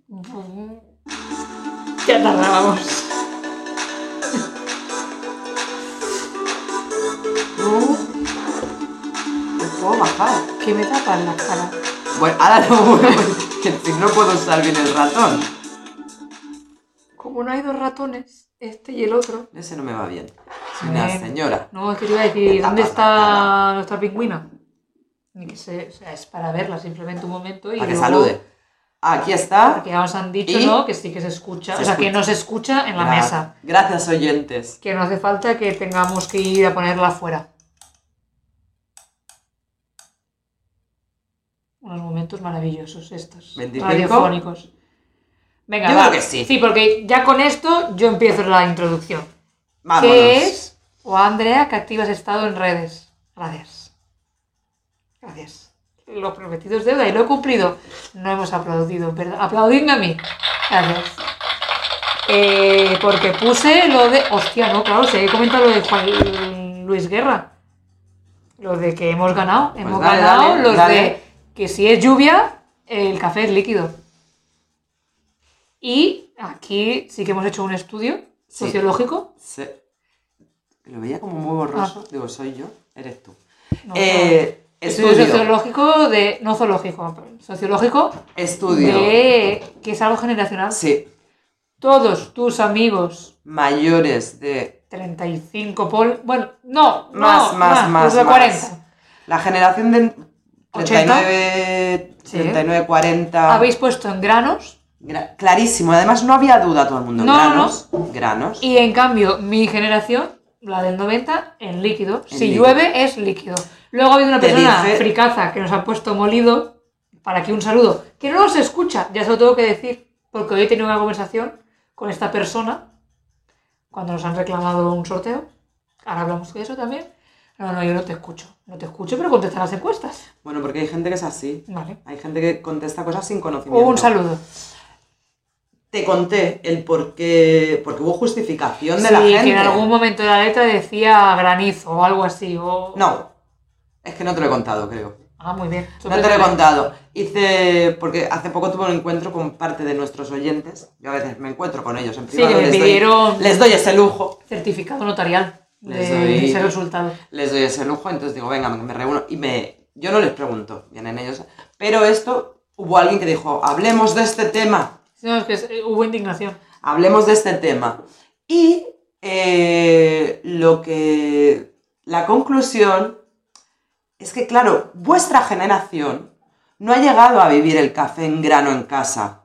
Ya tardábamos. ¿Me puedo bajar? ¿Qué me tapan la cara? Bueno, ahora no, que si no puedo usar bien el ratón. Como no hay dos ratones, este y el otro. Ese no me va bien. Soy una señora. No, es que te iba a decir, ¿dónde está nuestra pingüina? Ni que o sea, es para verla simplemente un momento y Para que luego, salude. Aquí está. porque ya nos han dicho, Y ¿no? Que sí que se escucha. O sea, que no se escucha en la mesa. Gracias, oyentes. Que no hace falta que tengamos que ir a ponerla afuera. Unos momentos maravillosos estos. 25. Radiofónicos. Venga, Yo va. creo que sí. Sí, porque ya con esto yo empiezo la introducción. Vámonos. ¿Qué es? O Andrea, que activas estado en redes. Gracias. Gracias. Lo prometido es deuda y lo he cumplido. No hemos aplaudido, ¿verdad? Aplaudidme a mí. Gracias. Porque puse lo de... Hostia, no, claro, se he comentado lo de Juan Luis Guerra. Lo de que hemos ganado. Pues hemos dale, ganado dale, los dale. de que si es lluvia, el café es líquido. Y aquí sí que hemos hecho un estudio sociológico. Sí. Lo veía como muy borroso. Digo, soy yo, eres tú. No, Estudio sociológico de... No zoológico, sociológico. Estudio. De... que es algo generacional. Sí. Todos tus amigos Mayores de... 35 bueno, no, Más. los de 40. La generación de 39, 80. 40... Habéis puesto en granos. Clarísimo, además no había duda todo el mundo. Granos. Y en cambio, mi generación, la del 90, en líquido. Si líquido. llueve, es líquido. Luego ha habido una persona fricaza que nos ha puesto molido, para aquí un saludo, que no nos escucha, ya se lo tengo que decir, porque hoy he tenido una conversación con esta persona, cuando nos han reclamado un sorteo. Ahora hablamos de eso también. No, yo no te escucho, pero contesta las encuestas. Bueno, porque hay gente que es así. Vale. Hay gente que contesta cosas sin conocimiento. Un saludo. Te conté el por qué, porque hubo justificación de la gente. Sí, que en algún momento de la letra decía granizo o algo así. No, es que no te lo he contado, creo. Ah, muy bien. No te lo he contado. Porque hace poco tuve un encuentro con parte de nuestros oyentes. Yo a veces me encuentro con ellos en privado. Sí, que me pidieron... Les doy ese lujo. Certificado notarial de ese resultado. Les doy ese lujo, entonces digo, venga, me reúno. Yo no les pregunto, vienen ellos. Pero hubo alguien que dijo, hablemos de este tema. No, es que hubo indignación. Hablemos de este tema. Y la conclusión es que, claro, vuestra generación no ha llegado a vivir el café en grano en casa.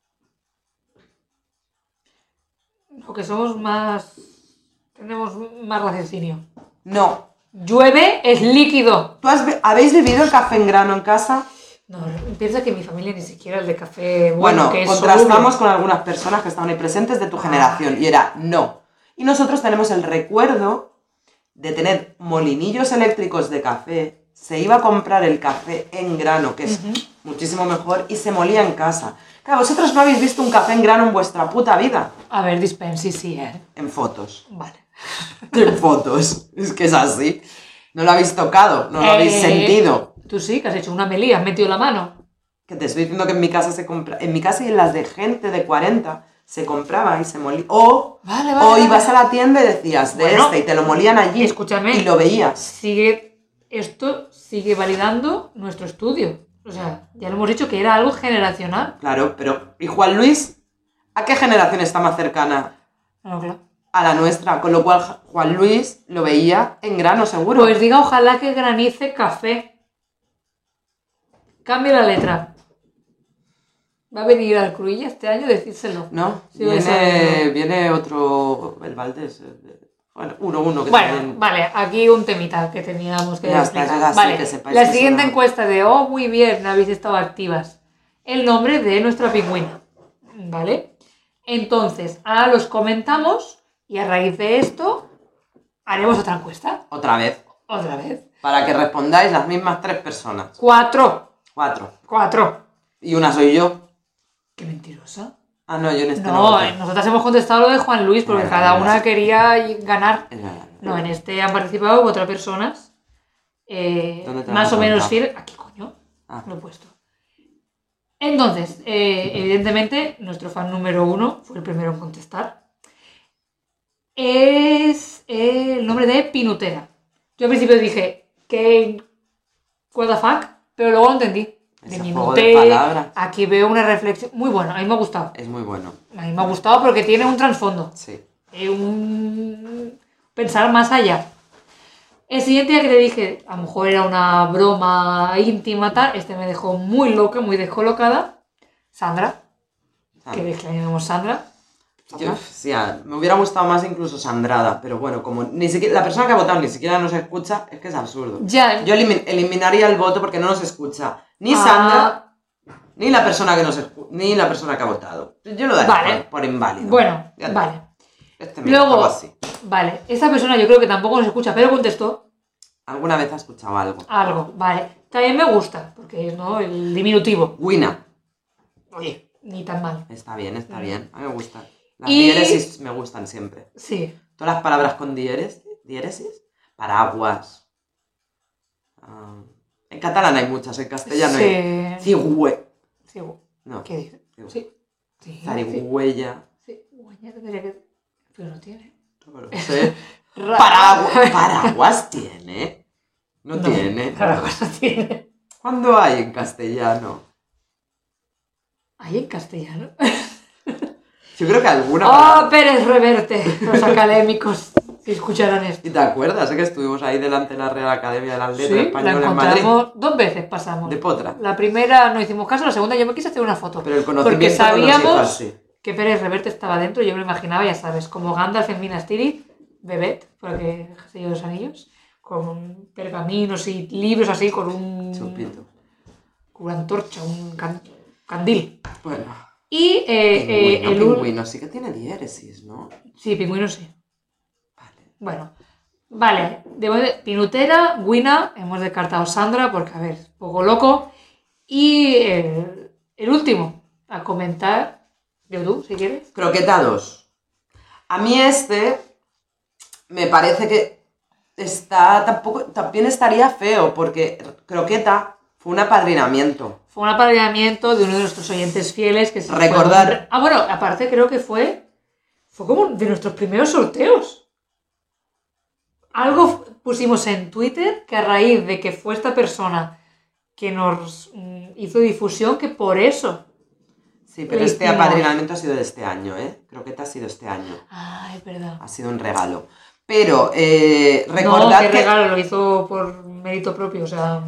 Porque somos más... tenemos más raciocinio. No. Llueve, es líquido. ¿Habéis vivido el café en grano en casa? No, piensa que mi familia ni siquiera el de café bueno que es contrastamos con algunas personas que estaban ahí presentes de tu generación y era no. Y nosotros tenemos el recuerdo de tener molinillos eléctricos de café, se iba a comprar el café en grano, que es muchísimo mejor, y se molía en casa. Claro, vosotros no habéis visto un café en grano en vuestra puta vida. A ver, dispensi, sí, En fotos. Vale. En fotos, es que es así. No lo habéis tocado, no lo habéis sentido. Tú sí, que has hecho una melía, has metido la mano. Que te estoy diciendo que en mi casa se compra. En mi casa y en las de gente de 40 se compraba y se molía. O ibas a la tienda y decías y te lo molían allí. Escúchame. Y lo veías. Esto sigue validando nuestro estudio. O sea, ya lo hemos dicho que era algo generacional. Claro, pero ¿y Juan Luis? ¿A qué generación está más cercana? No, claro. A la nuestra, con lo cual Juan Luis lo veía en grano, seguro. Pues diga, ojalá que granice café. Cambia la letra. ¿Va a venir al Cruilla este año? Decírselo. No, sí, viene otro, el Valdés. Bueno, uno que también... Vale, aquí un temita que teníamos que explicar. Vale, que la siguiente encuesta de muy bien, habéis estado activas. El nombre de nuestra pingüina. ¿Vale? Entonces, ahora los comentamos y a raíz de esto haremos otra encuesta. Otra vez. Para que respondáis las mismas 3 personas. 4. Y una soy yo. Qué mentirosa. Ah, no, yo en este no. No, nosotras hemos contestado lo de Juan Luis porque cada una quería ganar. No, en este han participado 4 personas. Más o menos fiel. Aquí, coño. Lo he puesto. Entonces, evidentemente, nuestro fan número 1 fue el primero en contestar. Es el nombre de Pinutera. Yo al principio dije que what the fuck, pero luego lo entendí. Ese juego de palabras. Aquí veo una reflexión muy buena, a mí me ha gustado. Es muy bueno. A mí me ha gustado porque tiene un trasfondo. Sí. Pensar más allá. El siguiente día que te dije, a lo mejor era una broma íntima, tal, este me dejó muy loca, muy descolocada. Sandra. Que ves que la llamamos Sandra. Yo, sí, me hubiera gustado más incluso Sandrada, pero bueno, como ni siquiera la persona que ha votado ni siquiera nos escucha, es que es absurdo. Ya. Yo eliminaría el voto porque no nos escucha ni Sandra, ni la persona que ni la persona que ha votado. Yo lo daría por inválido. Bueno, vale. Luego, así. Vale, esta persona yo creo que tampoco nos escucha, pero contestó. ¿Alguna vez ha escuchado algo? Algo, vale. También me gusta, porque es, ¿no?, el diminutivo. Wina. Oye, ni tan mal. Está bien, a mí me gusta. Las diéresis me gustan siempre. Sí. Todas las palabras con diéresis. Paraguas. En catalán hay muchas, en castellano hay. Cigüe. No. ¿Qué dice? Sí. Zarigüeya. Sí, hueña tendría que... Pero no tiene. No lo sé. Paraguas tiene. No tiene. Paraguas no tiene. ¿Cuándo hay en castellano? ¿Hay en castellano? Yo creo que alguna. ¡Oh, Pérez Reverte! Los académicos, si escucharan esto. ¿Y te acuerdas? Que estuvimos ahí delante de la Real Academia de las Letras Españolas en Madrid. Dos veces pasamos. De potra. La primera no hicimos caso, la segunda yo me quise hacer una foto. Pero el conocimiento porque sabíamos nos hizo así. Que Pérez Reverte estaba dentro, yo me lo imaginaba, ya sabes, como Gandalf en Minas Tirith, Bebet, porque se dio los anillos, con pergaminos y libros así, con un... Chupito. Con una antorcha, un candil. Bueno. Y Pingüino sí que tiene diéresis, ¿no? Sí, pingüino sí. Vale. Bueno, vale. Pinutera, Wina, hemos descartado Sandra porque, a ver, es poco loco. Y el último, a comentar, yo tú, si quieres. Croqueta 2. A mí me parece que también estaría feo porque Croqueta fue un apadrinamiento. Fue un apadrinamiento de uno de nuestros oyentes fieles que se recordar. Bueno, aparte creo que fue como de nuestros primeros sorteos. Algo pusimos en Twitter que a raíz de que fue esta persona que nos hizo difusión, que por eso. Sí, pero este apadrinamiento ha sido de este año, ¿eh? Croqueta ha sido este año. Ah, es verdad. Ha sido un regalo. Pero recordad que regalo, lo hizo por mérito propio, o sea...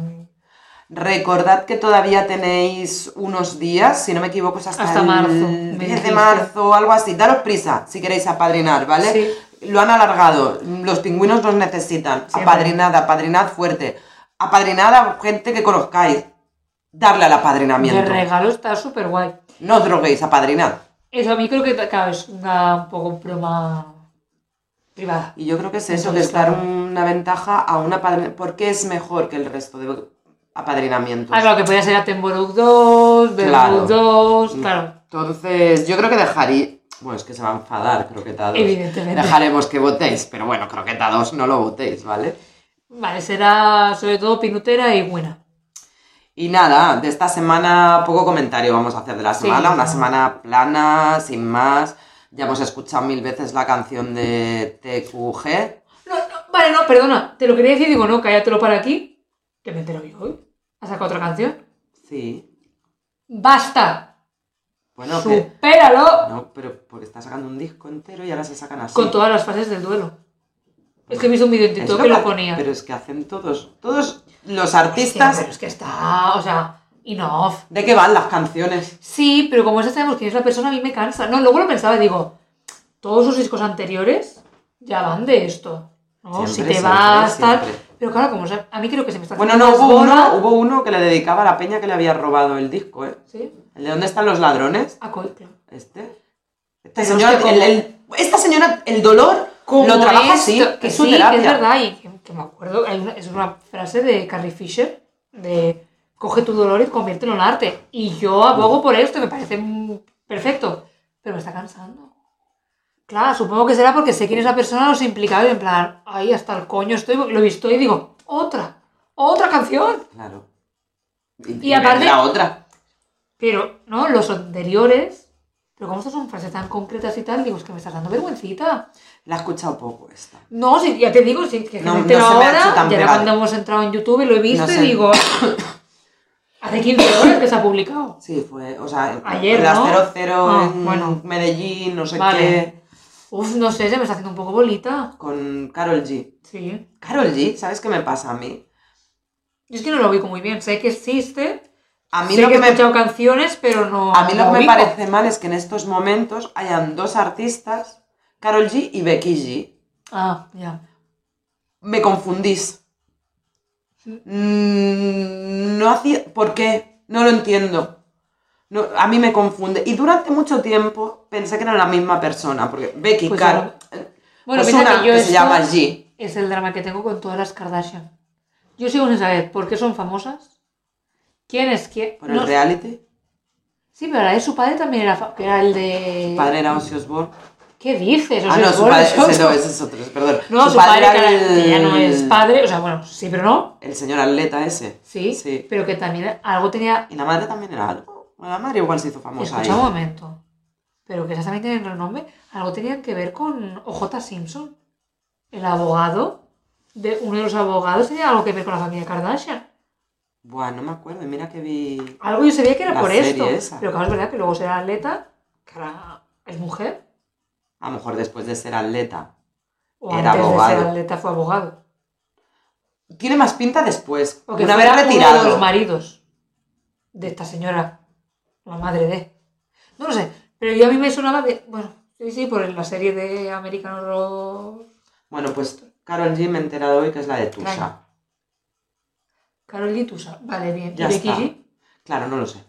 Recordad que todavía tenéis unos días, si no me equivoco, es hasta marzo. El 10 de marzo o algo así. Daros prisa si queréis apadrinar, ¿vale? Sí. Lo han alargado. Los pingüinos nos necesitan. Siempre. Apadrinad fuerte. Apadrinad a gente que conozcáis. Darle al apadrinamiento. De regalo está súper guay. No os droguéis, apadrinad. Eso a mí creo que, claro, es un poco broma privada. Y yo creo que es eso, que es dar una ventaja a un apadrinamiento. ¿Por qué es mejor que el resto de apadrinamientos? Claro, que podía ser Atemboruk 2, Bermud 2, claro. Entonces, yo creo que dejaría... Bueno, es que se va a enfadar Croqueta 2. Evidentemente. Dejaremos que votéis, pero bueno, Croqueta 2 no lo votéis, ¿vale? Vale, será sobre todo Pinutera y Buena. Y nada, de esta semana poco comentario vamos a hacer de la semana. Sí. Una semana plana, sin más. Ya hemos escuchado 1000 veces la canción de TQG. Vale, no, perdona. Te lo quería decir y digo, no, cállatelo para aquí. Que me entero yo hoy. ¿Has sacado otra canción? Sí. ¡Basta! Bueno, ¡supéralo! No, pero porque está sacando un disco entero y ahora se sacan así. Con todas las fases del duelo. Es que he visto un vídeo en TikTok que lo ponía. Pero es que hacen todos los artistas... Pero es que está, o sea, enough. ¿De qué van las canciones? Sí, pero como ya sabemos quién es la persona, a mí me cansa. No, luego lo pensaba y digo, todos sus discos anteriores ya van de esto, ¿no? Siempre, si te vas, tal... Siempre. Pero claro, como a mí creo que se me está haciendo... Bueno, no, hubo uno que le dedicaba a la peña que le había robado el disco, ¿eh? ¿Sí? ¿El de dónde están los ladrones? Ah, claro. Esta señora, el dolor lo trabaja así, que es su terapia. Que es verdad, y que me acuerdo, es una frase de Carrie Fisher, de coge tu dolor y conviértelo en arte. Y yo abogo por esto, me parece perfecto, pero me está cansando. Claro, supongo que será porque sé quién es la persona, los implicados, en plan, ahí hasta el coño estoy, porque lo he visto y digo, otra canción. Claro. Y aparte... la otra. Pero, ¿no? Los anteriores... Pero como estas son frases tan concretas y tal, digo, es que me estás dando vergüencita. La he escuchado poco esta. No, sí, ya te digo, sí, que No, me entero no se me ha hecho ahora, tan ya era pegado. cuando hemos entrado en YouTube y lo he visto No y sé. digo... Hace 15 horas que se ha publicado. Sí, fue, o sea, Ayer, en las ¿no? 00 en Bueno. Medellín, no sé Vale. qué, Uf, no sé, se me está haciendo un poco bolita. con Karol G. Sí. Karol G, ¿sabes qué me pasa a mí? Yo es que no lo ubico muy bien. Sé que existe, A mí sé lo que que he me, escuchado canciones, pero no a mí lo no que me ubico. parece mal es que en estos momentos hayan dos artistas, Karol G y Becky G. Ah, ya. Me confundís. No hacía... ¿Por qué? No lo entiendo. No, a mí me confunde. Y durante mucho tiempo pensé que eran la misma persona, porque Becky, Pues Karol... Bueno, pues piensa una que yo que se esto llama G. es el drama que tengo con todas las Kardashian. Yo sigo sin saber por qué son famosas. ¿Quién es quién? Por el reality. Sí, pero la de su padre también era, que era el de... Su padre era Ozzy Osbourne. ¿Qué dices? Ah, no, su padre... ese es otro, perdón. No, su padre que ya no es padre, o sea, bueno, sí, pero no. El señor atleta ese. Sí, Sí. pero que también algo tenía... Y la madre también era algo. Bueno, la madre igual se hizo famosa Escucha un ahí. momento. Pero que esas también tienen renombre. Algo tenían que ver con OJ Simpson. El abogado. Uno de los abogados tenía algo que ver con la familia Kardashian. Buah, no me acuerdo. Mira que vi... Algo yo sabía que era La por serie esto. esa. Pero claro, es verdad que luego será atleta, que ahora es mujer. A lo mejor después de ser atleta. O Era antes de abogado. ser atleta fue abogado. Tiene más pinta después. O que Una fuera vez uno de retirado. los maridos de esta señora. La madre de... No lo sé. Pero yo a mí me sonaba de... Bueno, sí, por la serie de American Horror... Bueno, pues Karol G me he enterado hoy que es la de Tusa. Claro. Karol G. Tusa. Vale, bien. Ya ¿Y Becky está. G? Claro, no lo sé.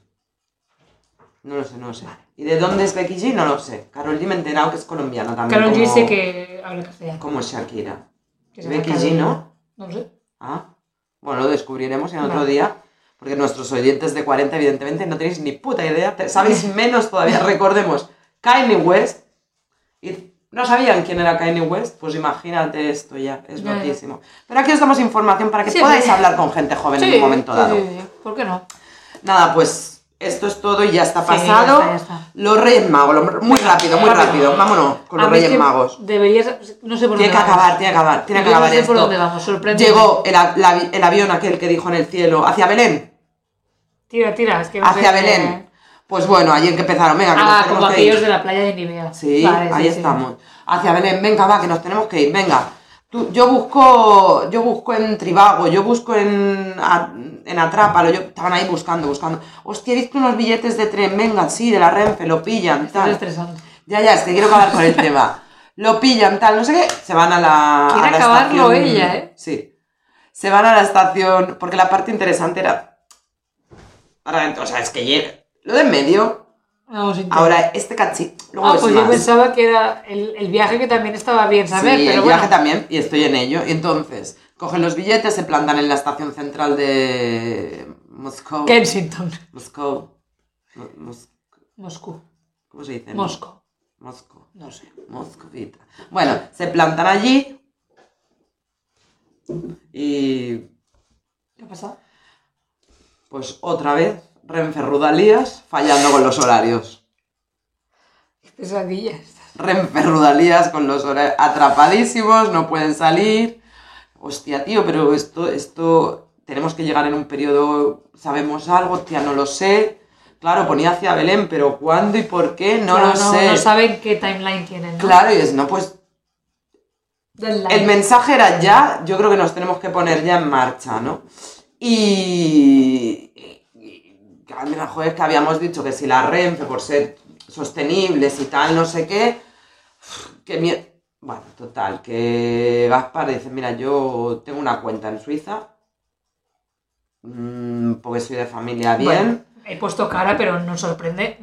No lo sé. ¿Y de dónde es Becky G? No lo sé. Karol G me he enterado que es colombiana también. Karol G como- sé que habla castellano. Como Shakira. Que se llama Becky Karol G, ¿no? No lo sé. Ah. Bueno, lo descubriremos en otro Vale. día. Porque nuestros oyentes de 40, evidentemente, no tenéis ni puta idea. Sabéis menos todavía. Recordemos, Kanye West. Y no sabían quién era Kanye West. Pues imagínate esto ya. Es Ya, ya. loquísimo. Pero aquí os damos información para que Sí, podáis sí. hablar con gente joven en un momento dado. Sí. ¿Por qué no? Nada, pues esto es todo y ya está Sí, pasado. ya está. Los Reyes Magos, muy rápido. Vámonos con los A mí Reyes que Magos. Deberías... No sé por Tiene dónde que vamos. acabar, tiene que acabar Yo no sé esto. por dónde vamos, sorprende. Llegó el avión aquel que dijo en el cielo, hacia Belén. Tira, es que no Hacia sé- Belén. Pues bueno, allí en que empezaron, venga, que nos Ah, tenemos como que ir. aquellos de la playa de Nivea. Sí, Vale, ahí sí. estamos. Hacia Belén, venga, va, que nos tenemos que ir, venga. Yo busco en Trivago, yo busco en Atrápalo, estaban ahí buscando. Hostia, he visto unos billetes de tren, venga, sí, de la Renfe, lo pillan, Estás tal. estresante. Ya, es que quiero acabar con el tema. Lo pillan, tal, no sé qué, se van a la Quiere acabarlo ella, ¿eh? Sí. Se van a la estación, porque la parte interesante era... Ahora, o sea, es que llega... Lo de en medio, Vamos a intentar. ahora este cachito, luego es pues más. yo pensaba que era el viaje que también estaba bien saber, Sí, pero el bueno. viaje también, y estoy en ello. Y entonces, cogen los billetes, se plantan en la estación central de Moscú. Kensington. Moscú. Moscú. ¿Cómo se dice? Moscú. Moscú. No sé. Moscovita. Bueno, se plantan allí. Y ¿Qué ha pasado? pues otra vez, Renfe Rudalías fallando con los horarios. Qué pesadilla esta. Renfe Rudalías con los horarios atrapadísimos, no pueden salir. Hostia, tío, pero esto tenemos que llegar en un periodo, ¿sabemos algo? Hostia, no lo sé. Claro, ponía hacia Belén, pero ¿cuándo y por qué? No Claro, lo sé. No saben qué timeline tienen, ¿no? Claro, y es, no, pues el mensaje era ya, yo creo que nos tenemos que poner ya en marcha, ¿no? Y mira, joder, que habíamos dicho que si la Renfe, por ser sostenibles y tal, no sé qué, bueno, total, que Gaspar dice, mira, yo tengo una cuenta en Suiza, porque soy de familia bien. Bueno, he puesto cara, pero no nos sorprende.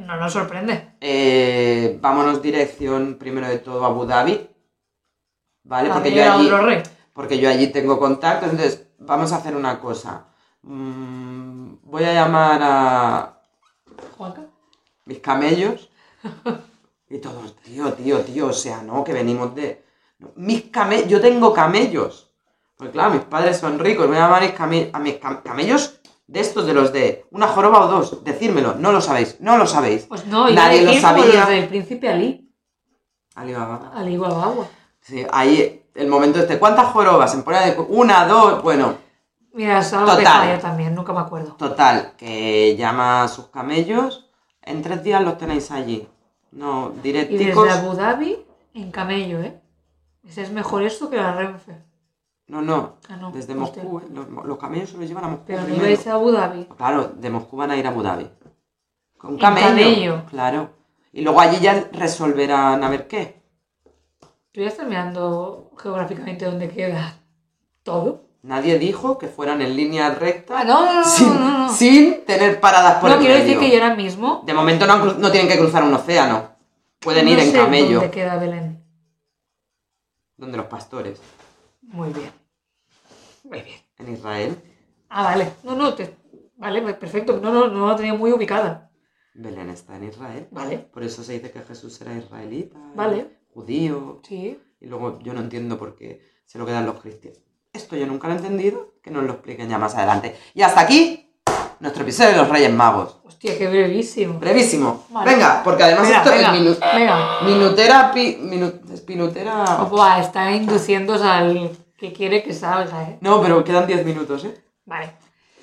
Vámonos dirección, primero de todo, a Abu Dhabi, ¿vale? Porque yo allí tengo contactos, entonces vamos a hacer una cosa. Voy a llamar a ¿Juanca? mis camellos y todos, tío, o sea, no, que venimos de... No, yo tengo camellos, pues claro, mis padres son ricos, voy a llamar a mis camellos De estos, de los de una joroba o dos, decírmelo, no lo sabéis. Pues no, nadie lo sabía. Como los del príncipe Ali. Ali Baba. Ali Baba. Sí, ahí el momento ¿cuántas jorobas? En poner de una, dos, bueno. Mira, es algo que falla también, nunca me acuerdo. Total, que llama a sus camellos, en 3 días los tenéis allí. No, directicos. Y desde Abu Dhabi, en camello, ¿eh? Ese es mejor esto que la Renfe. No, desde Moscú, los camellos se los llevan a Moscú. Pero no ibais a Abu Dhabi. Claro, de Moscú van a ir a Abu Dhabi. Con camello. Claro. Y luego allí ya resolverán a ver qué. ¿Tú ya estás mirando geográficamente dónde queda todo? Nadie dijo que fueran en línea recta. No. Sin tener paradas por el medio. No, quiero decir que yo ahora mismo... De momento no tienen que cruzar un océano. Pueden ir en camello. ¿Dónde queda Belén? ¿Dónde los pastores? Muy bien. En Israel. Ah, vale. Vale, perfecto. No la tenía muy ubicada. Belén está en Israel. Vale. Por eso se dice que Jesús era israelita. Vale. Judío. Sí. Y luego yo no entiendo por qué se lo quedan los cristianos. Esto yo nunca lo he entendido. Que nos lo expliquen ya más adelante. Y hasta aquí nuestro episodio de los Reyes Magos. Hostia, qué brevísimo. Brevísimo. Vale. Venga, porque además esto es minutera, espinutera... Buah, está induciéndose al que quiere que salga, ¿eh? No, pero quedan 10 minutos, ¿eh? Vale.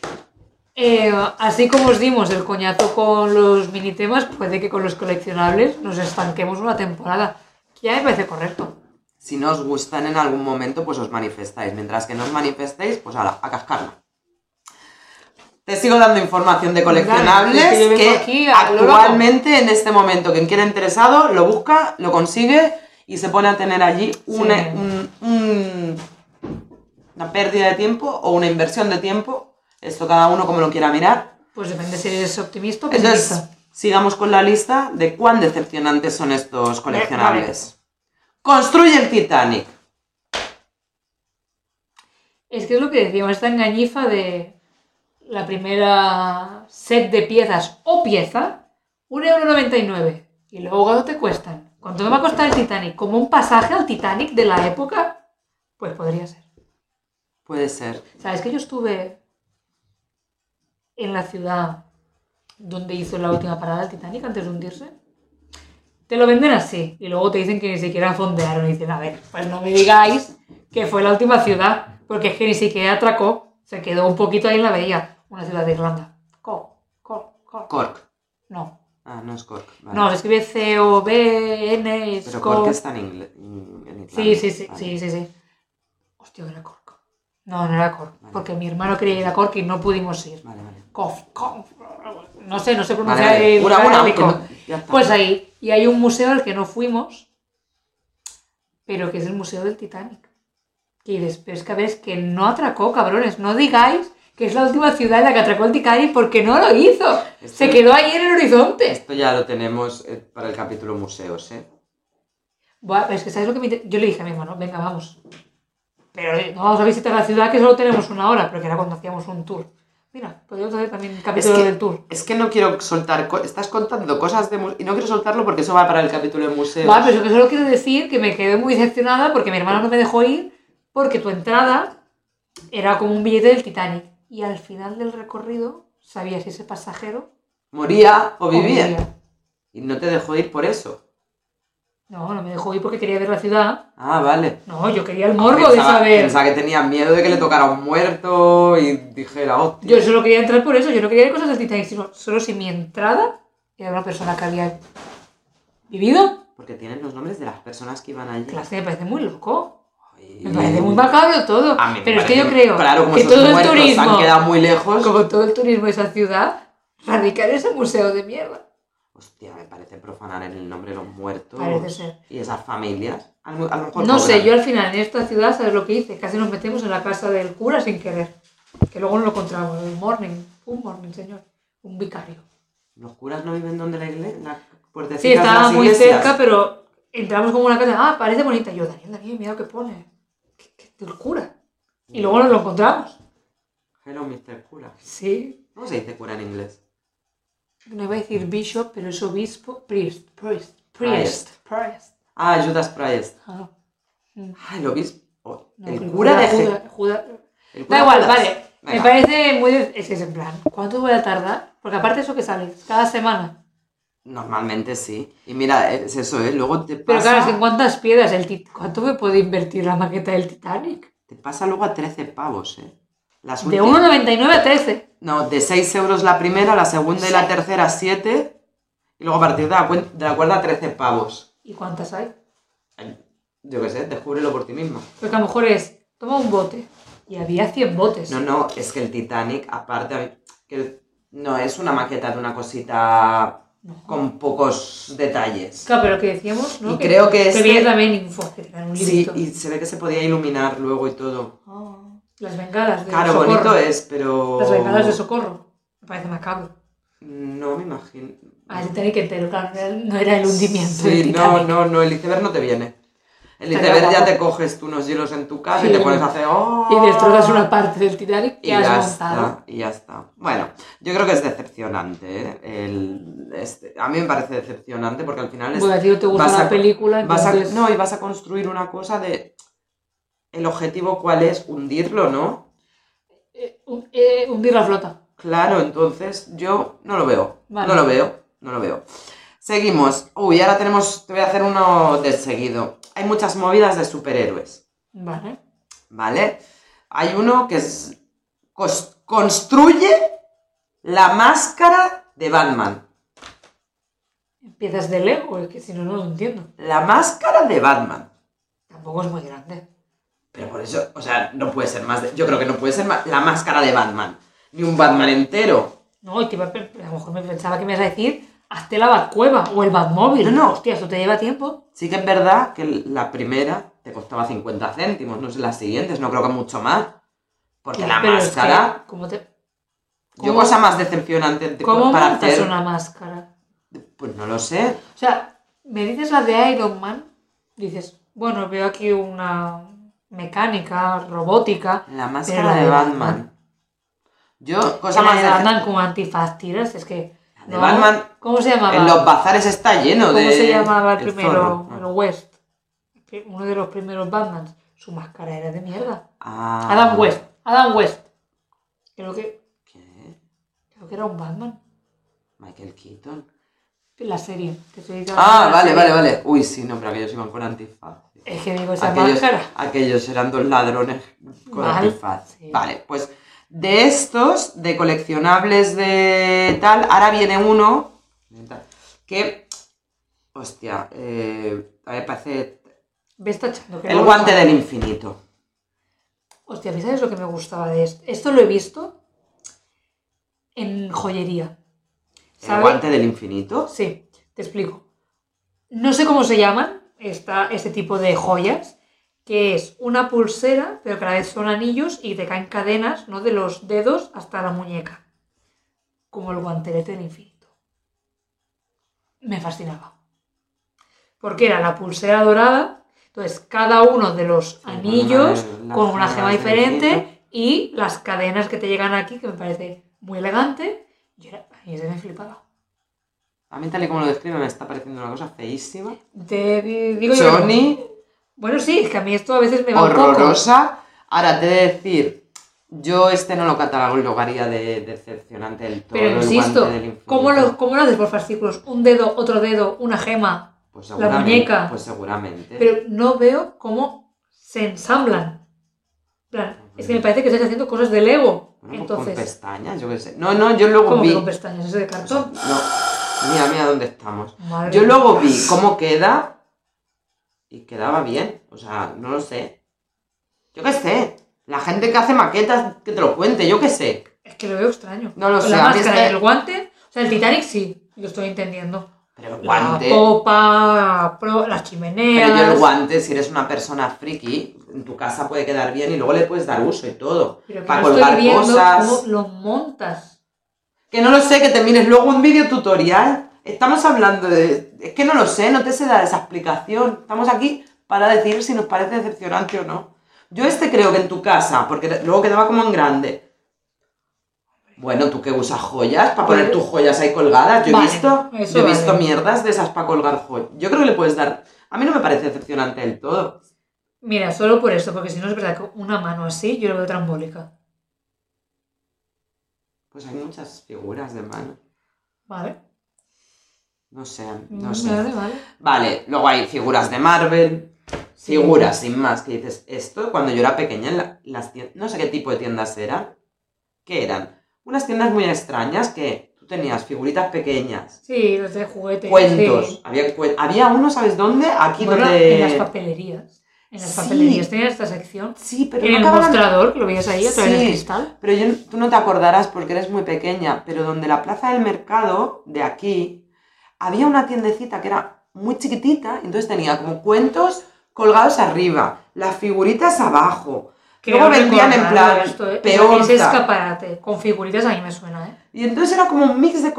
Así como os dimos el coñazo con los minitemas, puede que con los coleccionables nos estanquemos una temporada. Que ya me parece correcto. Si no os gustan en algún momento, pues os manifestáis. Mientras que no os manifestéis, pues a cascarla. Te sigo dando información de coleccionables que actualmente, en este momento, quien quiera interesado, lo busca, lo consigue y se pone a tener allí una pérdida de tiempo o una inversión de tiempo. Esto cada uno como lo quiera mirar. Pues depende si eres optimista o pesimista. Entonces, sigamos con la lista de cuán decepcionantes son estos coleccionables. Construye el Titanic. Es que es lo que decíamos, esta engañifa de la primera set de piezas o pieza, 1,99 €. Y luego ¿cuánto te cuestan? ¿Cuánto me va a costar el Titanic? ¿Como un pasaje al Titanic de la época? Pues podría ser. Puede ser. ¿Sabes que yo estuve en la ciudad donde hizo la última parada el Titanic antes de hundirse? Te lo venden así y luego te dicen que ni siquiera fondearon y dicen, a ver, pues no me digáis que fue la última ciudad, porque es que ni siquiera atracó, se quedó un poquito ahí en la bahía, una ciudad de Irlanda. Cork. No. Ah, no es Cork. Vale. No, se escribe C-O-B-N. Pero Cork está en Irlanda. Sí. Hostia, era Cork. No era Cork, vale. Porque mi hermano quería ir a Cork y no pudimos ir. Vale. No sé pronunciar el gaélico. Pues ahí, y hay un museo al que no fuimos, pero que es el Museo del Titanic. Y dices, pero es que a ver, es que no atracó, cabrones, no digáis que es la última ciudad en la que atracó el Titanic porque no lo hizo. Se quedó ahí en el horizonte. Esto ya lo tenemos para el capítulo museos, ¿eh? Bueno, es que ¿sabes lo que me... Yo le dije a mi hermano, venga, vamos. Pero no vamos a visitar la ciudad que solo tenemos 1 hora, pero que era cuando hacíamos un tour. Mira, podríamos hacer también el capítulo del tour. Es que no quiero soltar... Estás contando cosas de... Y no quiero soltarlo porque eso va para el capítulo de museos. Vale, pero yo solo quiero decir que me quedé muy decepcionada porque mi hermano no me dejó ir porque tu entrada era como un billete del Titanic. Y al final del recorrido sabías si ese pasajero... moría o vivía. Y no te dejó ir por eso. No me dejó ir porque quería ver la ciudad. Ah, vale. No, yo quería el morbo de saber. Pensaba que tenía miedo de que le tocara un muerto y dijera, hostia. Yo solo quería entrar por eso, yo no quería ver cosas del Titanic, sino solo si mi entrada era una persona que había vivido. Porque tienen los nombres de las personas que iban allí. Claro, me parece muy loco. Me parece muy macabro todo. Pero es que yo creo como que todo el turismo han quedado muy lejos. Como todo el turismo de esa ciudad, radica en ese museo de mierda. Hostia, me parece profanar el nombre de los muertos. Parece ser. Y esas familias. A lo mejor no sé, yo al final en esta ciudad, ¿sabes lo que hice? Casi nos metemos en la casa del cura sin querer. Que luego no lo encontramos. Un morning, señor. Un vicario. ¿Los curas no viven donde la iglesia? Sí, estaba muy cerca, pero entramos como una casa. Parece bonita. Y yo, Daniel, mira lo que pone. ¿Qué del cura? Y luego nos lo encontramos. Hello, Mr. Cura. Sí. ¿Cómo se dice cura en inglés? No iba a decir bishop, pero es obispo. Priest. Ah, Judas Priest. Ah. El obispo. No, el cura de Judas. Da igual, vale. Me parece muy... Es que es en plan, ¿cuánto voy a tardar? Porque aparte eso que sale, cada semana. Normalmente sí. Y mira, es eso, ¿eh? Luego te pasa... Pero claro, es que en cuántas piedras, ¿cuánto me puede invertir la maqueta del Titanic? Te pasa luego a 13 pavos, ¿eh? De 1,99 a 13. No, de 6 euros la primera, la segunda y la tercera 7. Y luego a partir de la cuerda 13 pavos. ¿Y cuántas hay? Yo qué sé, descúbrelo por ti mismo. Porque a lo mejor es, toma un bote. Y había 100 botes. No, es que el Titanic, aparte, que no es una maqueta de una cosita con pocos detalles. Claro, pero que decíamos, ¿no? Y creo que que viene también info, que te dan un librito. Sí, y se ve que se podía iluminar luego y todo. Las bengalas de Claro, socorro. bonito es, pero... Las bengalas de socorro. Me parece macabro. No me imagino. El Titanic entero, claro, no era el hundimiento. Sí, no, el iceberg no te viene. El iceberg ya te coges tú unos hielos en tu casa y te pones a hacer... ¡oh! Y destrozas una parte del Titanic que has montado. Y ya está. Bueno, yo creo que es decepcionante, ¿eh? A mí me parece decepcionante porque al final... Bueno, a ti no te gusta la película, entonces... y vas a construir una cosa de... ¿El objetivo cuál es? Hundirlo, ¿no? Hundir la flota. Claro, entonces yo no lo veo. Vale. No lo veo. Seguimos. Uy, ahora te voy a hacer uno de seguido. Hay muchas movidas de superhéroes. Vale. Hay uno que es... construye la máscara de Batman. Empiezas de Lego, es que si no, no lo entiendo. La máscara de Batman. Tampoco es muy grande. Pero por eso, o sea, no puede ser más de... Yo creo que no puede ser la máscara de Batman. Ni un Batman entero. No, y a lo mejor me pensaba que me ibas a decir... Hazte la Batcueva o el Batmóvil. No. Hostia, eso te lleva tiempo. Sí que es verdad que la primera te costaba 50 céntimos, no sé las siguientes, no creo que mucho más. Porque la máscara... Es que, ¿cómo yo cosa más decepcionante ¿cómo para montas hacer... una máscara? Pues no lo sé. O sea, me dices la de Iron Man, dices, bueno, veo aquí una mecánica, robótica... La máscara de Batman. Yo, cosa más de Batman con antifaz tiras, es que... De Batman, ¿cómo se llamaba? En los bazares está lleno de... ¿Cómo se llamaba el primero? Zorro. El West. Uno de los primeros Batmans. Su máscara era de mierda. Ah. Adam West. Creo que era un Batman. Michael Keaton. La serie. Vale. Uy, sí, no, pero aquellos iban con antifaz. Es que digo, esa máscara. Aquellos eran dos ladrones con antifaz. Sí. Vale, pues... De estos, de coleccionables de tal, ahora viene uno que, hostia, a mí me parece... ¿Ves tachando? El guante del infinito. Hostia, ¿sabes lo que me gustaba de esto? Esto lo he visto en joyería. ¿El guante del infinito? Sí, te explico. No sé cómo se llaman este tipo de joyas, que es una pulsera, pero que a la vez son anillos y te caen cadenas, ¿no? De los dedos hasta la muñeca. Como el guantelete del infinito. Me fascinaba. Porque era la pulsera dorada, entonces cada uno de los anillos con una gema diferente y las cadenas que te llegan aquí, que me parece muy elegante. Y ese me flipaba. A mí tal y como lo describe me está pareciendo una cosa feísima. Te digo Sony... Bueno, sí, es que a mí esto a veces me va horrorosa. un poco. Ahora, te he de decir, yo no lo catalogaría de decepcionante del todo. Pero insisto, ¿cómo lo haces por fascículos? Un dedo, otro dedo, una gema, pues la muñeca. Pues seguramente. Pero no veo cómo se ensamblan. Plan, es que me parece que estás haciendo cosas de Lego. Bueno, entonces... con pestañas, yo qué sé. No, yo luego ¿Cómo vi... que con pestañas? ¿Ese de cartón? Mira dónde estamos. Madre yo luego mía. vi cómo queda... Y quedaba bien, o sea, no lo sé. Yo qué sé, la gente que hace maquetas, que te lo cuente, yo qué sé. Es que lo veo extraño. No lo sé. La máscara y el guante, o sea, el Titanic sí, lo estoy entendiendo. Pero el guante... La popa, las chimeneas... Pero yo el guante, si eres una persona friki, en tu casa puede quedar bien y luego le puedes dar uso y todo. Pero que para no colgar estoy viendo cosas. cómo lo montas. Que no lo sé, que te mires luego un vídeo tutorial. Estamos hablando de... Es que no lo sé, no te sé dar esa explicación. Estamos aquí para decir si nos parece decepcionante o no. Yo creo que en tu casa, porque luego quedaba como en grande. Bueno, tú que usas joyas para poner tus joyas ahí colgadas. Yo he visto mierdas de esas para colgar joyas. Yo creo que le puedes dar... A mí no me parece decepcionante del todo. Mira, solo por eso, porque si no es verdad que una mano así yo lo veo trambólica. Pues hay muchas figuras de mano. Vale. No sé. Vale. Vale, luego hay figuras de Marvel, figuras sin más, que dices, esto cuando yo era pequeña en las tiendas, no sé qué tipo de tiendas eran. ¿Qué eran? Unas tiendas muy extrañas que tú tenías figuritas pequeñas. Sí, los de juguetes. Cuentos. Sí. Había uno, ¿sabes dónde? Aquí en las papelerías. En las papelerías tenías esta sección. Sí, pero en el mostrador, que lo veías ahí a través del cristal. Pero tú no te acordarás porque eres muy pequeña, pero donde la plaza del mercado, de aquí, había una tiendecita que era muy chiquitita, entonces tenía como cuentos colgados arriba, las figuritas abajo. Luego vendían en plan peonza. Ese escaparate con figuritas a mí me suena, ¿eh? Y entonces era como un mix de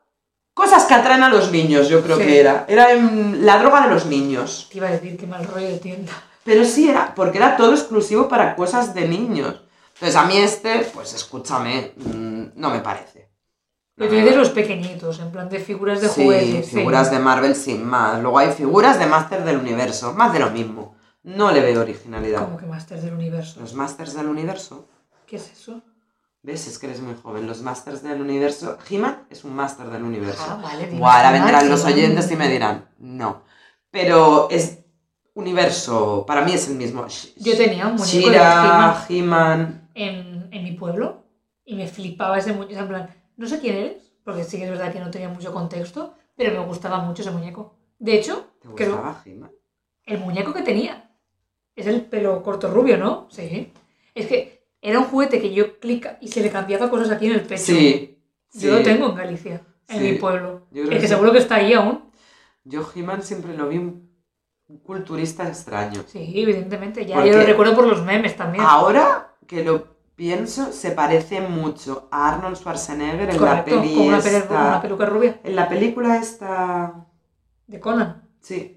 cosas que atraen a los niños, yo creo que era. Era la droga de los niños. Te iba a decir, qué mal rollo de tienda. Pero sí era, porque era todo exclusivo para cosas de niños. Entonces a mí pues escúchame, no me parece. Pero tú dices los pequeñitos, en plan de figuras de juguetes. Sí, figuras de Marvel sin más. Luego hay figuras de Masters del Universo, más de lo mismo. No le veo originalidad. ¿Cómo que Masters del Universo? Los Masters del Universo. ¿Qué es eso? ¿Ves? Es que eres muy joven. Los Masters del Universo... He-Man es un Máster del Universo. Ah, vale. Ahora vendrán los oyentes y me dirán, no. Pero es universo, para mí es el mismo. Yo tenía un muñeco She-Ra, He-Man... En mi pueblo y me flipaba ese muñeco. En plan, no sé quién eres, porque sí que es verdad que no tenía mucho contexto, pero me gustaba mucho ese muñeco. De hecho... ¿Te gustaba He-Man? El muñeco que tenía. Es el pelo corto rubio, ¿no? Sí. Es que era un juguete que yo clica y se le cambiaba cosas aquí en el pecho. Sí. Yo lo tengo en Galicia, en mi pueblo. Es que seguro que está ahí aún. Yo He-Man siempre lo vi un culturista extraño. Sí, evidentemente. Ya yo lo recuerdo por los memes también. Ahora que lo pienso, se parece mucho a Arnold Schwarzenegger en la peli con una peluca rubia. En la película esta... ¿De Conan? Sí.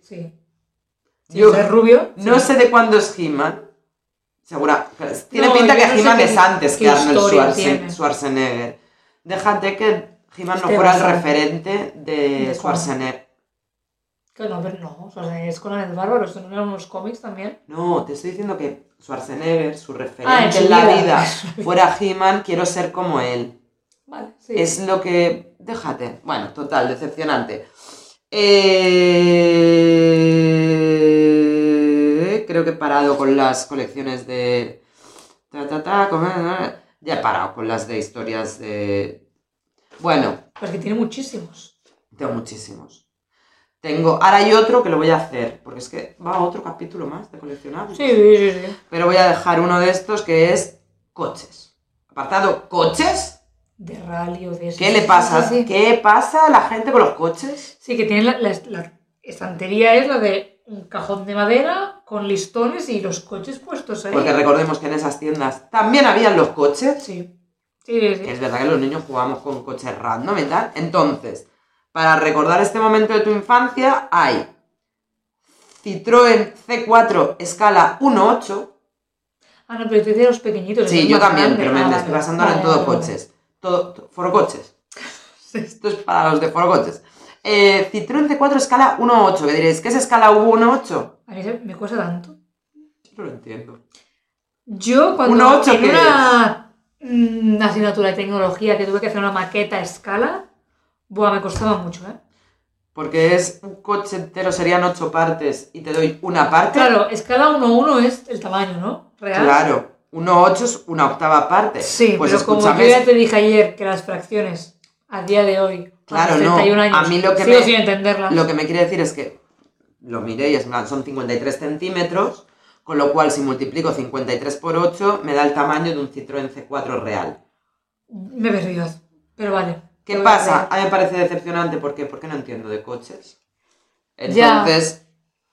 Yo es rubio. No sé de cuándo es He-Man. Segura. Tiene pinta que He-Man es antes que Arnold Schwarzenegger. Déjate que He-Man no fuera el referente de Schwarzenegger. Que no, pero no. Schwarzenegger es Conan el Bárbaro. ¿Esto no eran unos cómics también? No, te estoy diciendo que Schwarzenegger, su referente en la vida, fuera He-Man, quiero ser como él. Vale, sí. Es lo que... Déjate. Bueno, total, decepcionante. Creo que he parado con las colecciones de... Ya he parado con las de historias de... Bueno. Porque tiene muchísimos. Tengo muchísimos. Ahora hay otro que lo voy a hacer, porque es que va a otro capítulo más de coleccionables. Sí. Pero voy a dejar uno de estos que es coches. Apartado coches. De rally o de eso. ¿Qué le pasa? Sí. ¿Qué pasa a la gente con los coches? Sí, que tienen la estantería es la de un cajón de madera con listones y los coches puestos ahí. Porque recordemos que en esas tiendas también habían los coches. Sí. Que es verdad que los niños jugábamos con coches random y tal. Entonces, para recordar este momento de tu infancia, hay Citroën C4 escala 1.8. Ah, no, pero tú dices los pequeñitos. Sí, yo también, pero me estoy basando ahora en todo coches. Todo forocoches. Esto es para los de forocoches. Citroën C4 escala 1.8, que diréis, ¿qué es escala 1.8? A mí me cuesta tanto. No lo entiendo. Yo cuando en una asignatura de tecnología que tuve que hacer una maqueta a escala, me costaba mucho, ¿eh? Porque es un coche entero, serían 8 partes y te doy una parte. Claro, escala 1.1 es el tamaño, ¿no? Real. Claro, 1.8 es una octava parte. Sí, pues pero como yo ya te dije ayer que las fracciones a día de hoy, claro, 31 años, a mí lo que sigo sin entenderlas. Lo que me quiere decir es que lo miré y son 53 centímetros, con lo cual si multiplico 53 por 8 me da el tamaño de un Citroën C4 real. Me he perdido, pero vale. ¿Qué pasa? A mí me parece decepcionante. ¿Por qué? Porque no entiendo de coches. Entonces,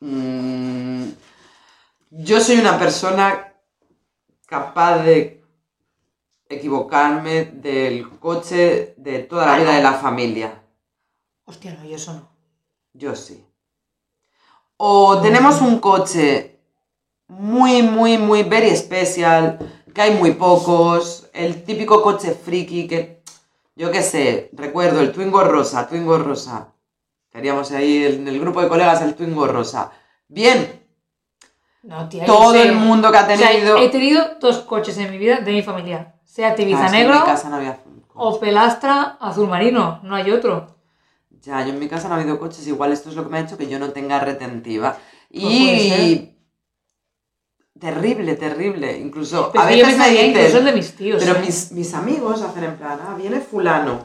yo soy una persona capaz de equivocarme del coche de toda la vida de la familia. Hostia, no, yo eso no. Yo sí. O tenemos un coche muy, muy, muy very special, que hay muy pocos, el típico coche friki que... Yo qué sé, recuerdo el Twingo rosa. Teníamos ahí en el grupo de colegas el Twingo rosa. Bien. No, tía, todo el mundo que ha tenido... O sea, he tenido 2 coches en mi vida de mi familia. Seat Ibiza negro. En mi casa no había Opel Astra azul marino, no hay otro. Ya, yo en mi casa no ha habido coches, igual esto es lo que me ha hecho que yo no tenga retentiva. Pues puede ser. Terrible, terrible. Incluso Pero a es que yo veces me pensaría incluso el dicen, de mis tíos. pero mis amigos hacen en plan, viene fulano.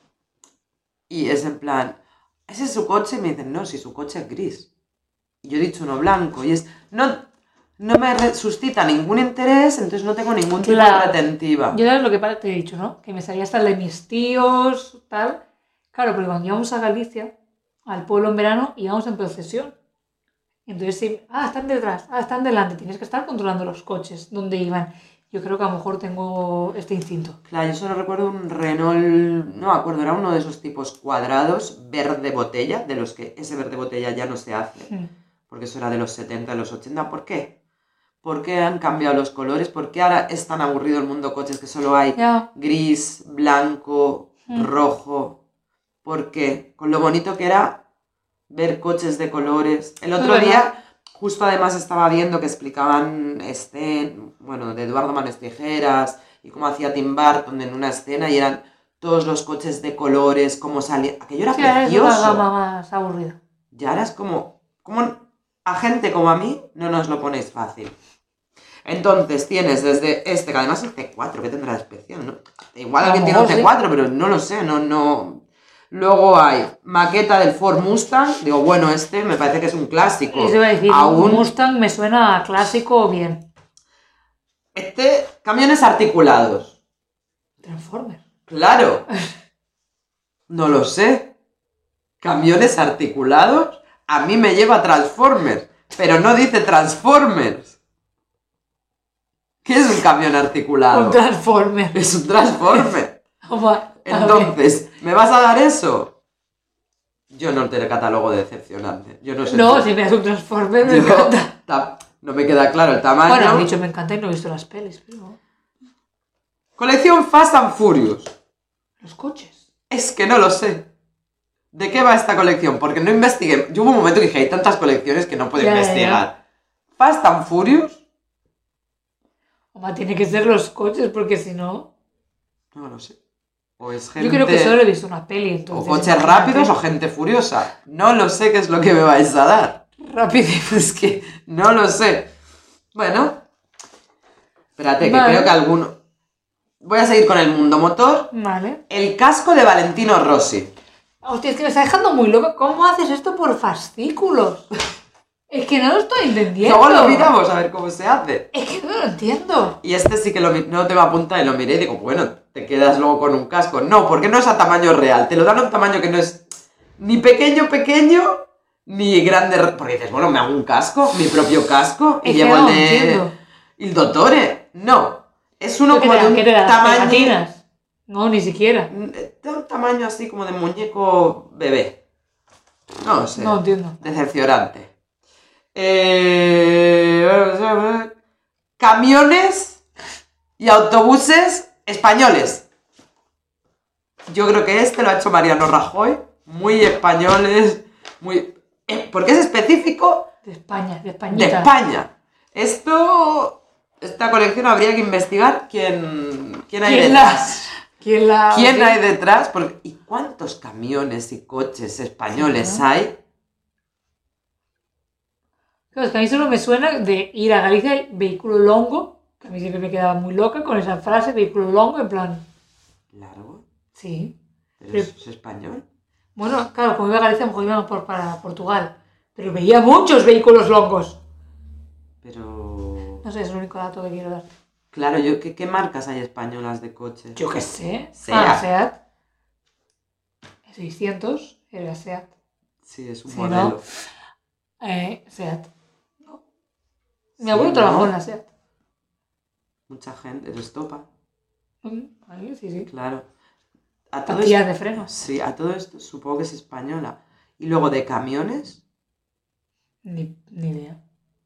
Y es en plan, ¿ese es su coche? Y me dicen, no, si su coche es gris. Y yo he dicho uno blanco. Y es, no me suscita ningún interés, entonces no tengo ningún tipo de retentiva. Yo es lo que te he dicho, ¿no? Que me salía hasta el de mis tíos, tal. Claro, porque cuando íbamos a Galicia, al pueblo en verano, íbamos en procesión. Entonces, sí, están detrás, están delante. Tienes que estar controlando los coches, dónde iban. Yo creo que a lo mejor tengo este instinto. Claro, yo solo recuerdo un Renault, no me acuerdo, era uno de esos tipos cuadrados, verde botella, de los que ese verde botella ya no se hace, porque eso era de los 70, de los 80. ¿Por qué? ¿Por qué han cambiado los colores? ¿Por qué ahora es tan aburrido el mundo coches que solo hay gris, blanco, rojo? ¿Por qué? Con lo bonito que era ver coches de colores. El otro día, justo además estaba viendo que explicaban de Eduardo Manos Tijeras y cómo hacía Tim Burton en una escena y eran todos los coches de colores, cómo salía. Aquello era precioso. Es una gama más aburrida. Y ahora es como a gente como a mí no nos lo ponéis fácil. Entonces tienes desde que además es C4, ¿qué tendrá de especial, no? Igual alguien tiene un C4, pero no lo sé, no. Luego hay maqueta del Ford Mustang. Digo, bueno, me parece que es un clásico. Eso iba a decir, un Mustang me suena a clásico bien. Camiones articulados. Transformers. Claro. No lo sé. Camiones articulados. A mí me lleva Transformers, pero no dice Transformers. ¿Qué es un camión articulado? Un Transformer. Es un Transformer. Entonces, ¿me vas a dar eso? Yo no te catalogo de decepcionante. Yo no sé. No, si me das un Transformer me encanta. No me queda claro el tamaño. Bueno, he dicho me encanta y no he visto las pelis, pero... Colección Fast and Furious. Los coches. Es que no lo sé. ¿De qué va esta colección? Porque no investigué. Yo hubo un momento que dije, hay tantas colecciones que no puedo investigar. Fast and Furious. Tiene que ser los coches, porque si no... No lo sé. O es gente... Yo creo que solo he visto una peli, entonces... O coches rápidos o gente furiosa. No lo sé qué es lo que me vais a dar. Rápido. Es que no lo sé. Bueno. Espérate, que creo que alguno... Voy a seguir con el mundo motor. Vale. El casco de Valentino Rossi. Hostia, es que me está dejando muy loca. ¿Cómo haces esto por fascículos? Es que no lo estoy entendiendo. Luego lo miramos a ver cómo se hace. Es que no lo entiendo. Y sí que no te va a apuntar y lo miré y digo, bueno, te quedas luego con un casco. No, porque no es a tamaño real. Te lo dan a un tamaño que no es ni pequeño, ni grande. Porque dices, bueno, me hago un casco, mi propio casco, y llevo el de Il Dottore. No, es uno como de un tamaño... Pegatinas? No, ni siquiera. De un tamaño así como de muñeco bebé. No lo sé. No entiendo. Decepcionante. Camiones y autobuses españoles. Yo creo que lo ha hecho Mariano Rajoy. Muy españoles, muy... porque es específico... De España, de Españita. De España. Esta colección habría que investigar quién hay detrás. ¿Quién hay detrás? ¿Y cuántos camiones y coches españoles hay? Claro, es que a mí solo me suena de ir a Galicia y vehículo longo, que a mí siempre me quedaba muy loca con esa frase, vehículo longo, en plan... ¿Largo? Sí. ¿Pero es español? Bueno, claro, como iba a Galicia, a lo mejor íbamos para Portugal, pero veía muchos vehículos longos. Pero... No sé, es el único dato que quiero dar. Claro, ¿qué marcas hay españolas de coches? Yo qué sé. Seat. 600 era Seat. Sí, es un modelo. ¿No? Seat. No. Mi abuelo trabajó en la Seat. Mucha gente, es estopa. Sí. Claro. Patillas de frenos. Sí, a todo esto supongo que es española. Y luego de camiones... Ni idea.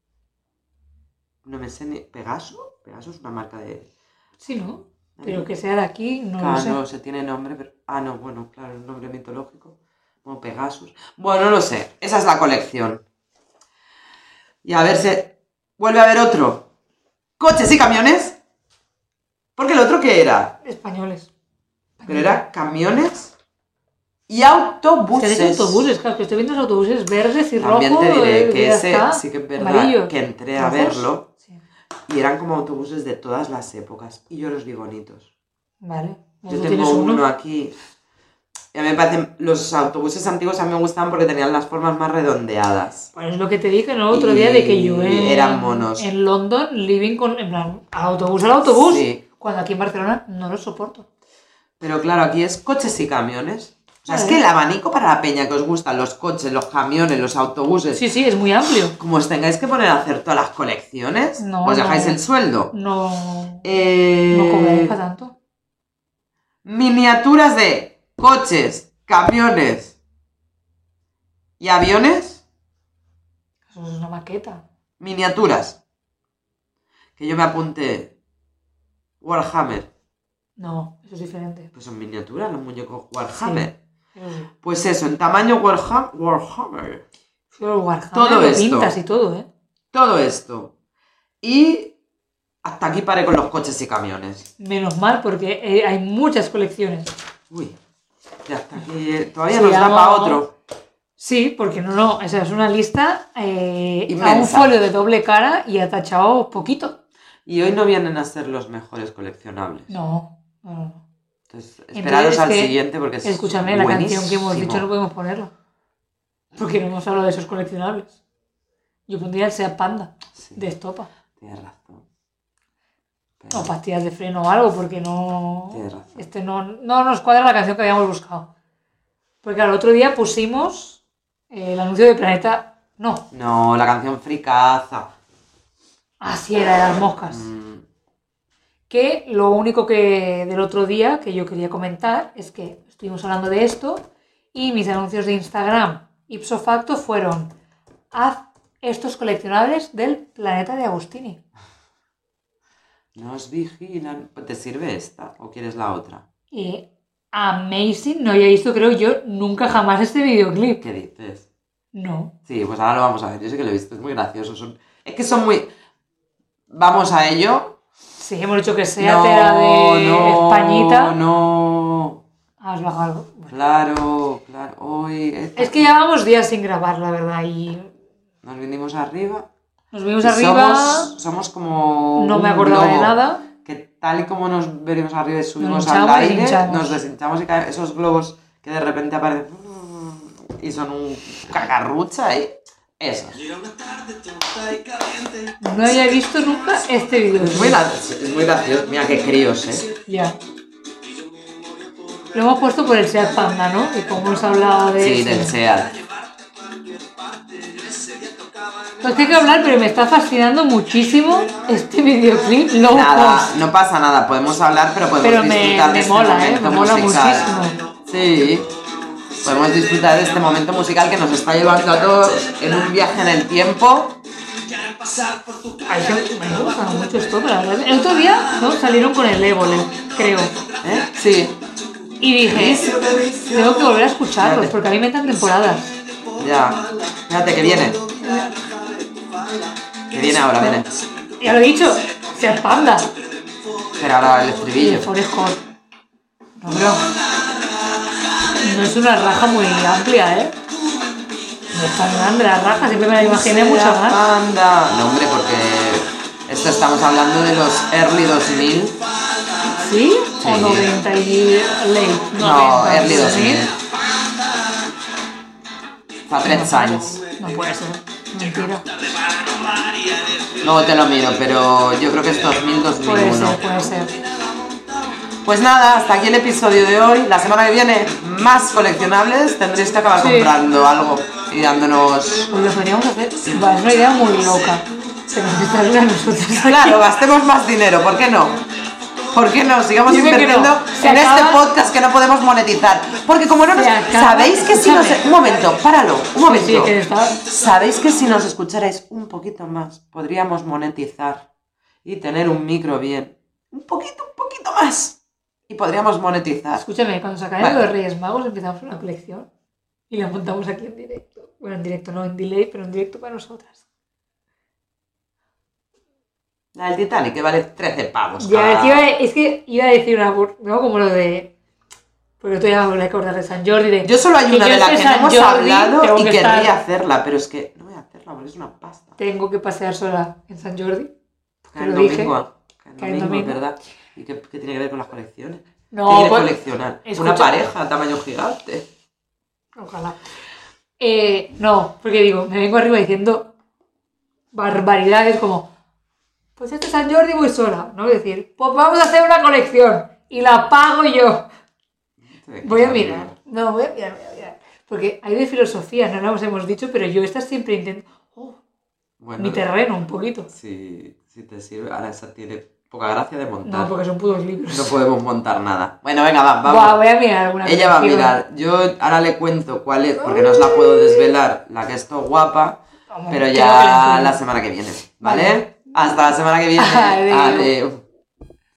No me sé ni... ¿Pegaso? Pegaso es una marca de... Sí, ¿no? Pero que sea de aquí, no lo sé. Claro, no se tiene nombre, pero... no, bueno, claro, un nombre mitológico. Bueno, Pegasus. Bueno, no lo sé. Esa es la colección. Y a ver si... Vuelve a haber otro. ¿Coches y camiones? Porque el otro, ¿qué era? Españoles. Pero era camiones y autobuses. Es autobuses, claro, que estoy viendo los autobuses verdes y rojos. También te diré que ese sí que es verdad amarillo. que entré a verlo y eran como autobuses de todas las épocas y yo los vi bonitos. Vale. Yo tengo uno aquí. Y a mí me parecen, los autobuses antiguos a mí me gustaban porque tenían las formas más redondeadas. Pues es lo que te dije, ¿no? Otro día de que yo eran monos. En London, living con, en plan, autobús al autobús. Sí. Cuando aquí en Barcelona no lo soporto. Pero claro, aquí es coches y camiones. O sea, es que el abanico para la peña que os gustan los coches, los camiones, los autobuses. Sí, es muy amplio. Como os tengáis que poner a hacer todas las colecciones, ¿os dejáis el sueldo? No cobraréis para tanto. Miniaturas de coches, camiones y aviones. Eso es una maqueta. Miniaturas. Que yo me apunté Warhammer. No, eso es diferente. Pues son miniaturas los muñecos Warhammer. Sí. Pues eso, en tamaño Warhammer. Warhammer. Todo esto. Pintas y todo, ¿eh? Todo esto. Y hasta aquí paré con los coches y camiones. Menos mal, porque hay muchas colecciones. Uy, ya hasta aquí. Todavía nos da para otro. Sí, porque no. Esa es una lista a inmensa. Un folio de doble cara y ha tachado poquito. Y hoy no vienen a ser los mejores coleccionables. No. Entonces, esperaros al siguiente porque es escúchame, la canción que hemos dicho no podemos ponerla. Porque no hemos hablado de esos coleccionables. Yo pondría el Seat Panda de Estopa. Tienes razón. O pastillas de freno o algo, porque no... Tienes razón. No nos cuadra la canción que habíamos buscado. Porque claro, el otro día pusimos el anuncio de Planeta... No, la canción Fricaza. Así era, de las moscas. Que lo único que del otro día que yo quería comentar es que estuvimos hablando de esto y mis anuncios de Instagram ipso facto fueron: haz estos coleccionables del Planeta de Agustini. Nos vigilan. ¿Te sirve esta o quieres la otra? Amazing, no había visto, creo yo, nunca jamás este videoclip. ¿Qué dices? No. Sí, pues ahora lo vamos a ver. Yo sé que lo he visto, es muy gracioso. Es que son muy... Vamos a ello. Sí, hemos dicho que sea tela de Españita. No. Has bajado. Bueno. Claro. Hoy es que llevamos días sin grabar, la verdad, y... Nos vinimos arriba. Somos como... No me acordaba de nada. Que tal y como nos venimos arriba y subimos al aire, nos deshinchamos y caen esos globos que de repente aparecen y son un cagarrucha y... Esos. No había visto nunca este vídeo. Es muy gracioso. Mira qué críos, Ya. Lo hemos puesto por el Seat Panda, ¿no? Y como hemos hablado de... Sí, del Seat. Pues tengo que hablar, pero me está fascinando muchísimo este videoclip. No pasa nada, podemos hablar, pero podemos disfrutar de este momento musical. Muchísimo. Sí. Podemos disfrutar de este momento musical que nos está llevando a todos en un viaje en el tiempo. Ay, me gusta mucho esto, la verdad. El otro día salieron con el Évole, creo. Sí. Y dije, tengo que volver a escucharlos, porque a mí me dan temporadas. Ya. Fíjate que viene. Que viene ahora, viene. Ya lo he dicho, Seat Panda. Pero ahora el estribillo. Y el Forest Hot. No, bro. No es una raja muy amplia, ¿eh? No es tan grande la raja, siempre me la imaginé mucho más. Panda. No, hombre, porque esto estamos hablando de los early 2000. ¿Sí? ¿O 90 y late? No, early 2000. Fa 3 años. No puede ser, mentira. Luego te lo miro, pero yo creo que es 2000-2001. Puede ser. Pues nada, hasta aquí el episodio de hoy. La semana que viene, más coleccionables. Tendréis que acabar comprando algo y dándonos... Pues lo podríamos hacer. Es una idea muy loca. Pero necesitarle a nosotros aquí. Claro, gastemos más dinero, ¿por qué no? ¿Por qué no? Sigamos invirtiendo en este podcast que no podemos monetizar. Porque como no nos... ¿Sabéis que si nos... Un momento, páralo, un momento. Sí, que está... ¿Sabéis que si nos escucharais un poquito más, podríamos monetizar y tener un micro bien? Un poquito más. Y podríamos monetizar. Escúchame, cuando se acaben los Reyes Magos empezamos una colección y la montamos aquí en directo. Bueno, en directo no, en delay, pero en directo para nosotras. La del Titanic, que vale 13 pavos. Ya, es que iba a decir una... ¿no? Como lo de... Porque tú ya me acordar de Sant Jordi. Yo solo hay una de la que no hemos hablado y querría hacerla, pero es que no voy a hacerla porque es una pasta. Tengo que pasear sola en Sant Jordi. Que lo dije. Que es domingo, ¿verdad? ¿Y qué tiene que ver con las colecciones? No, ¿Qué quiere coleccionar? Una pareja tamaño gigante. Ojalá. No, porque digo, me vengo arriba diciendo barbaridades como, pues este Sant Jordi voy sola, ¿no? Es decir, pues vamos a hacer una colección y la pago yo. Voy a mirar. No, voy a mirar. Porque hay de filosofía, no lo hemos dicho, pero yo esta siempre intento... Bueno, mi terreno, un poquito. Si te sirve. Ahora esa tiene poca gracia de montar. No, porque son puros libros. No podemos montar nada. Bueno, venga, vamos. Voy a mirar alguna Ella va a mirar. Yo ahora le cuento cuál es, porque no os la puedo desvelar, la que es todo guapa, pero ya la semana que viene, ¿vale? Hasta la semana que viene. Adiós. Adiós.